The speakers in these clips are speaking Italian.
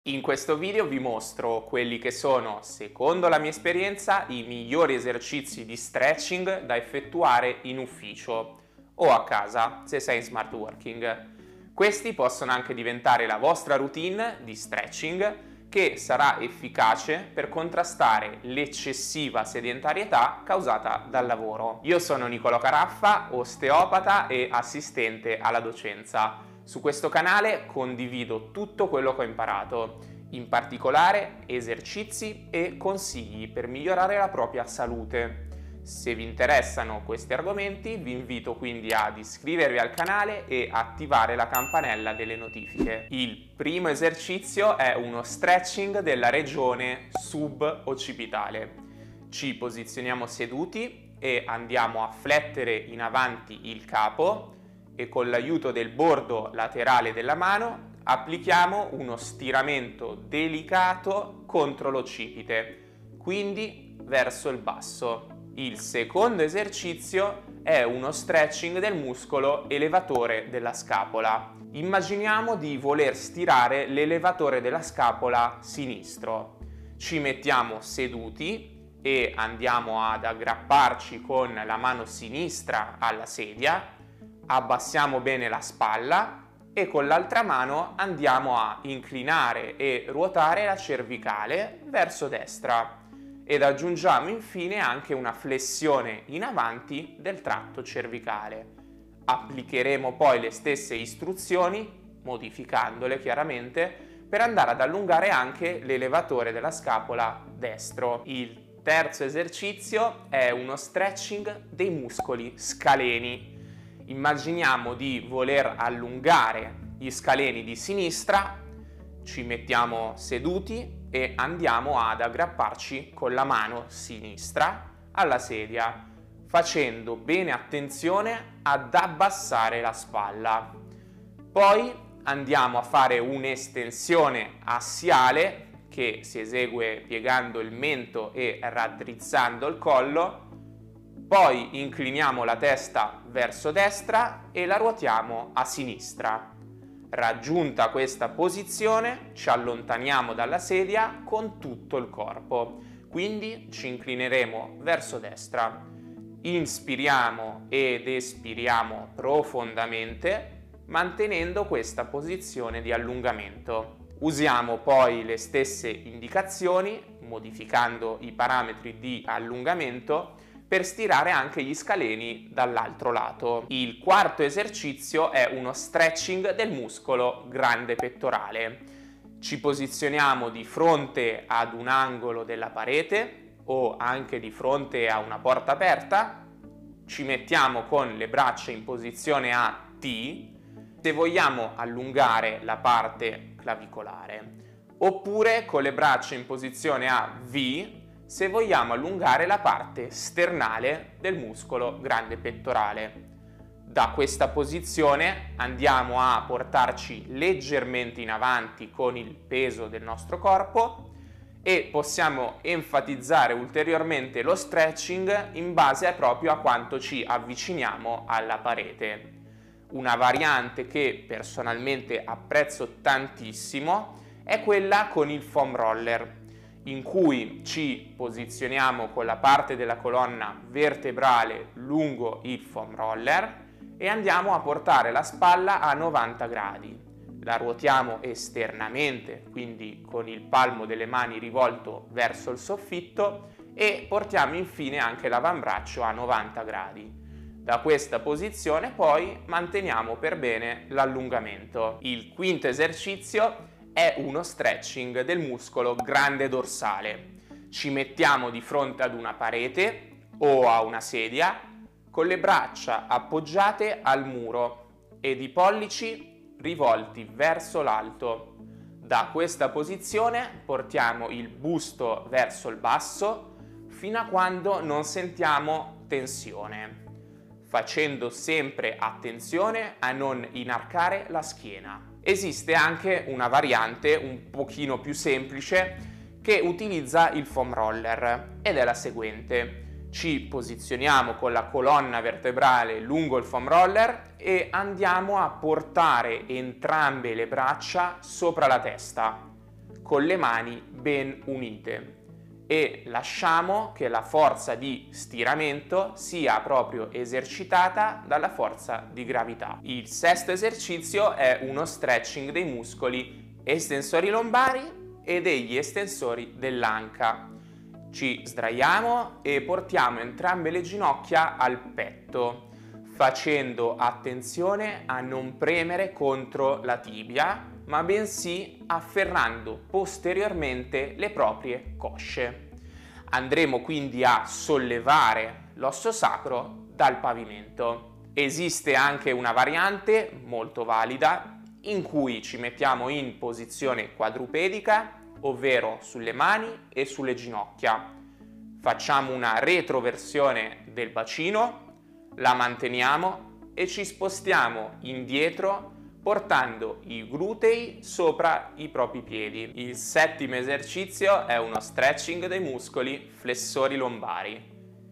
In questo video vi mostro quelli che sono, secondo la mia esperienza, i migliori esercizi di stretching da effettuare in ufficio o a casa se sei in smart working. Questi possono anche diventare la vostra routine di stretching che sarà efficace per contrastare l'eccessiva sedentarietà causata dal lavoro. Io sono Nicolò Caraffa, osteopata e assistente alla docenza. Su questo canale condivido tutto quello che ho imparato, in particolare esercizi e consigli per migliorare la propria salute. Se vi interessano questi argomenti, vi invito quindi ad iscrivervi al canale e attivare la campanella delle notifiche. Il primo esercizio è uno stretching della regione suboccipitale. Ci posizioniamo seduti e andiamo a flettere in avanti il capo e con l'aiuto del bordo laterale della mano applichiamo uno stiramento delicato contro l'occipite, quindi verso il basso. Il secondo esercizio è uno stretching del muscolo elevatore della scapola. Immaginiamo di voler stirare l'elevatore della scapola sinistro. Ci mettiamo seduti e andiamo ad aggrapparci con la mano sinistra alla sedia, abbassiamo bene la spalla e con l'altra mano andiamo a inclinare e ruotare la cervicale verso destra ed aggiungiamo infine anche una flessione in avanti del tratto cervicale. Applicheremo poi le stesse istruzioni, modificandole chiaramente, per andare ad allungare anche l'elevatore della scapola destro. Il terzo esercizio è uno stretching dei muscoli scaleni. Immaginiamo di voler allungare gli scaleni di sinistra, ci mettiamo seduti e andiamo ad aggrapparci con la mano sinistra alla sedia, facendo bene attenzione ad abbassare la spalla. Poi andiamo a fare un'estensione assiale che si esegue piegando il mento e raddrizzando il collo. Poi incliniamo la testa verso destra e la ruotiamo a sinistra. Raggiunta questa posizione, ci allontaniamo dalla sedia con tutto il corpo, quindi ci inclineremo verso destra. Inspiriamo ed espiriamo profondamente, mantenendo questa posizione di allungamento. Usiamo poi le stesse indicazioni, modificando i parametri di allungamento, per stirare anche gli scaleni dall'altro lato. Il quarto esercizio è uno stretching del muscolo grande pettorale. Ci posizioniamo di fronte ad un angolo della parete o anche di fronte a una porta aperta, ci mettiamo con le braccia in posizione a T se vogliamo allungare la parte clavicolare, oppure con le braccia in posizione a V se vogliamo allungare la parte sternale del muscolo grande pettorale. Da questa posizione andiamo a portarci leggermente in avanti con il peso del nostro corpo e possiamo enfatizzare ulteriormente lo stretching in base proprio a quanto ci avviciniamo alla parete. Una variante che personalmente apprezzo tantissimo è quella con il foam roller, in cui ci posizioniamo con la parte della colonna vertebrale lungo il foam roller e andiamo a portare la spalla a 90 gradi. La ruotiamo esternamente, quindi con il palmo delle mani rivolto verso il soffitto, e portiamo infine anche l'avambraccio a 90 gradi. Da questa posizione poi manteniamo per bene l'allungamento. Il quinto esercizio è uno stretching del muscolo grande dorsale. Ci mettiamo di fronte ad una parete o a una sedia con le braccia appoggiate al muro ed i pollici rivolti verso l'alto. Da questa posizione portiamo il busto verso il basso fino a quando non sentiamo tensione, facendo sempre attenzione a non inarcare la schiena. Esiste anche una variante un pochino più semplice che utilizza il foam roller ed è la seguente. Ci posizioniamo con la colonna vertebrale lungo il foam roller e andiamo a portare entrambe le braccia sopra la testa, con le mani ben unite e lasciamo che la forza di stiramento sia proprio esercitata dalla forza di gravità. Il sesto esercizio è uno stretching dei muscoli estensori lombari e degli estensori dell'anca. Ci sdraiamo e portiamo entrambe le ginocchia al petto, facendo attenzione a non premere contro la tibia, ma bensì afferrando posteriormente le proprie cosce. Andremo quindi a sollevare l'osso sacro dal pavimento. Esiste anche una variante molto valida in cui ci mettiamo in posizione quadrupedica, ovvero sulle mani e sulle ginocchia. Facciamo una retroversione del bacino, la manteniamo e ci spostiamo indietro portando i glutei sopra i propri piedi. Il settimo esercizio è uno stretching dei muscoli flessori lombari.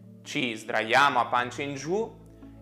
Ci sdraiamo a pancia in giù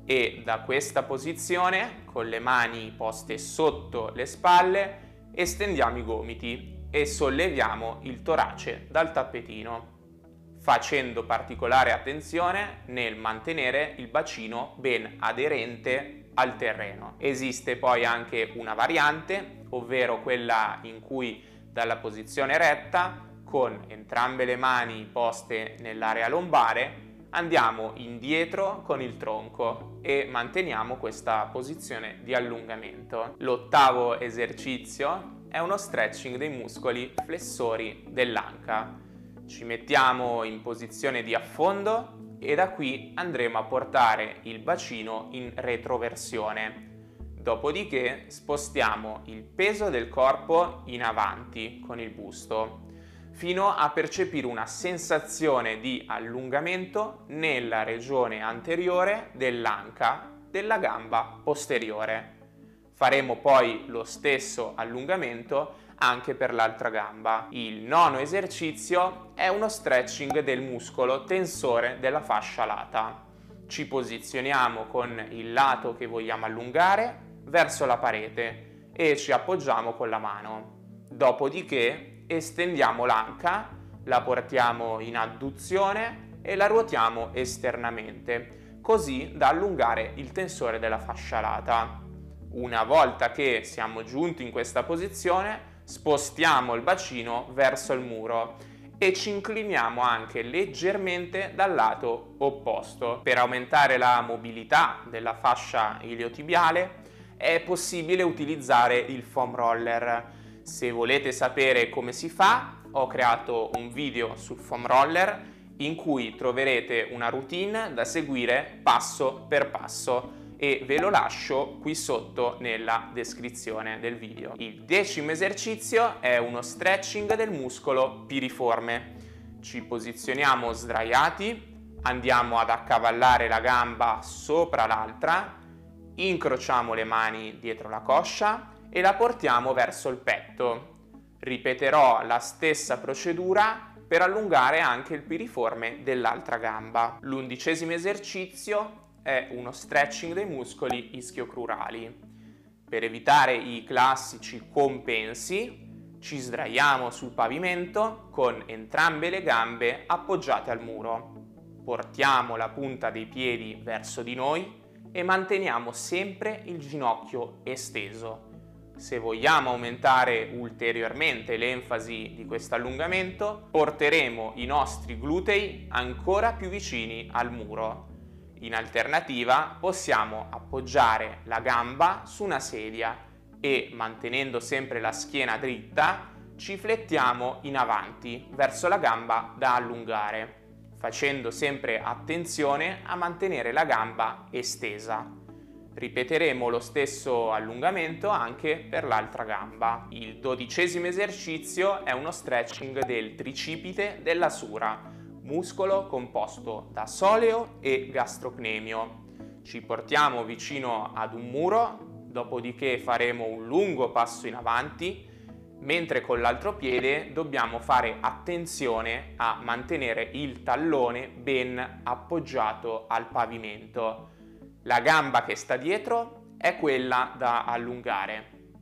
e da questa posizione, con le mani poste sotto le spalle, estendiamo i gomiti e solleviamo il torace dal tappetino, facendo particolare attenzione nel mantenere il bacino ben aderente al terreno. Esiste poi anche una variante, ovvero quella in cui dalla posizione retta, con entrambe le mani poste nell'area lombare, andiamo indietro con il tronco e manteniamo questa posizione di allungamento. L'ottavo esercizio è uno stretching dei muscoli flessori dell'anca. Ci mettiamo in posizione di affondo e da qui andremo a portare il bacino in retroversione. Dopodiché spostiamo il peso del corpo in avanti con il busto, fino a percepire una sensazione di allungamento nella regione anteriore dell'anca della gamba posteriore. Faremo poi lo stesso allungamento anche per l'altra gamba. Il nono esercizio è uno stretching del muscolo tensore della fascia lata. Ci posizioniamo con il lato che vogliamo allungare verso la parete e ci appoggiamo con la mano. Dopodiché estendiamo l'anca, la portiamo in adduzione e la ruotiamo esternamente, così da allungare il tensore della fascia lata. Una volta che siamo giunti in questa posizione, spostiamo il bacino verso il muro e ci incliniamo anche leggermente dal lato opposto. Per aumentare la mobilità della fascia iliotibiale è possibile utilizzare il foam roller. Se volete sapere come si fa, ho creato un video sul foam roller in cui troverete una routine da seguire passo per passo e ve lo lascio qui sotto nella descrizione del video. Il decimo esercizio è uno stretching del muscolo piriforme. Ci posizioniamo sdraiati, andiamo ad accavallare la gamba sopra l'altra, incrociamo le mani dietro la coscia e la portiamo verso il petto. Ripeterò la stessa procedura per allungare anche il piriforme dell'altra gamba. L'undicesimo esercizio è uno stretching dei muscoli ischio-crurali. Per evitare i classici compensi, ci sdraiamo sul pavimento con entrambe le gambe appoggiate al muro. Portiamo la punta dei piedi verso di noi e manteniamo sempre il ginocchio esteso. Se vogliamo aumentare ulteriormente l'enfasi di questo allungamento, porteremo i nostri glutei ancora più vicini al muro. In alternativa, possiamo appoggiare la gamba su una sedia e, mantenendo sempre la schiena dritta, ci flettiamo in avanti verso la gamba da allungare, facendo sempre attenzione a mantenere la gamba estesa. Ripeteremo lo stesso allungamento anche per l'altra gamba. Il dodicesimo esercizio è uno stretching del tricipite della sura, muscolo composto da soleo e gastrocnemio. Ci portiamo vicino ad un muro, dopodiché faremo un lungo passo in avanti, mentre con l'altro piede dobbiamo fare attenzione a mantenere il tallone ben appoggiato al pavimento. La gamba che sta dietro è quella da allungare.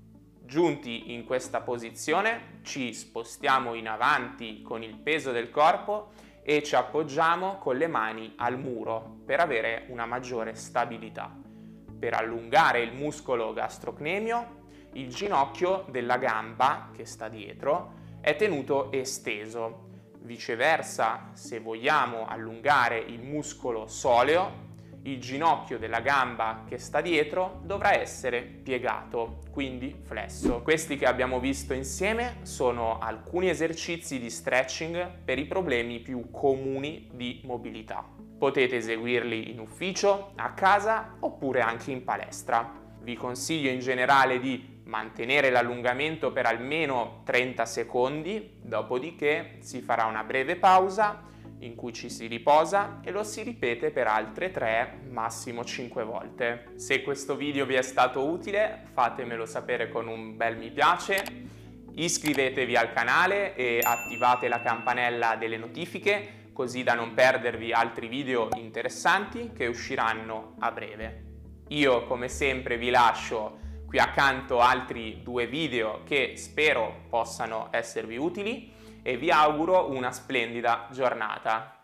Giunti in questa posizione ci spostiamo in avanti con il peso del corpo e ci appoggiamo con le mani al muro per avere una maggiore stabilità. Per allungare il muscolo gastrocnemio, il ginocchio della gamba che sta dietro è tenuto esteso. Viceversa, se vogliamo allungare il muscolo soleo, il ginocchio della gamba che sta dietro dovrà essere piegato, quindi flesso. Questi che abbiamo visto insieme sono alcuni esercizi di stretching per i problemi più comuni di mobilità. Potete eseguirli in ufficio, a casa oppure anche in palestra. Vi consiglio in generale di mantenere l'allungamento per almeno 30 secondi, dopodiché si farà una breve pausa in cui ci si riposa e lo si ripete per altre 3, massimo 5 volte. Se questo video vi è stato utile, fatemelo sapere con un bel mi piace, iscrivetevi al canale e attivate la campanella delle notifiche così da non perdervi altri video interessanti che usciranno a breve. Io come sempre vi lascio qui accanto altri 2 video che spero possano esservi utili e vi auguro una splendida giornata.